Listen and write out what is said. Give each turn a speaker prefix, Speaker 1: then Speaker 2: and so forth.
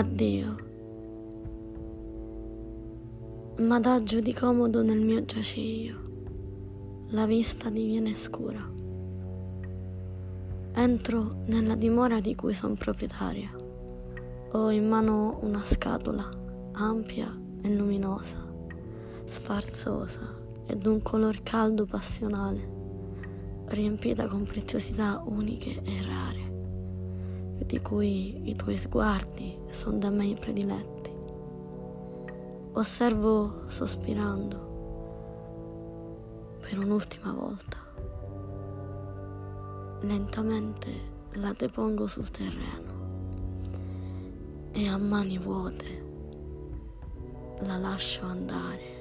Speaker 1: Addio. M'adagio di comodo nel mio giaciglio, la vista diviene scura. Entro nella dimora di cui son proprietaria. Ho in mano una scatola ampia e luminosa, sfarzosa e d'un color caldo passionale, riempita con preziosità uniche e rare, di cui i tuoi sguardi son da me i prediletti. Osservo sospirando per un'ultima volta. Lentamente la depongo sul terreno e a mani vuote la lascio andare.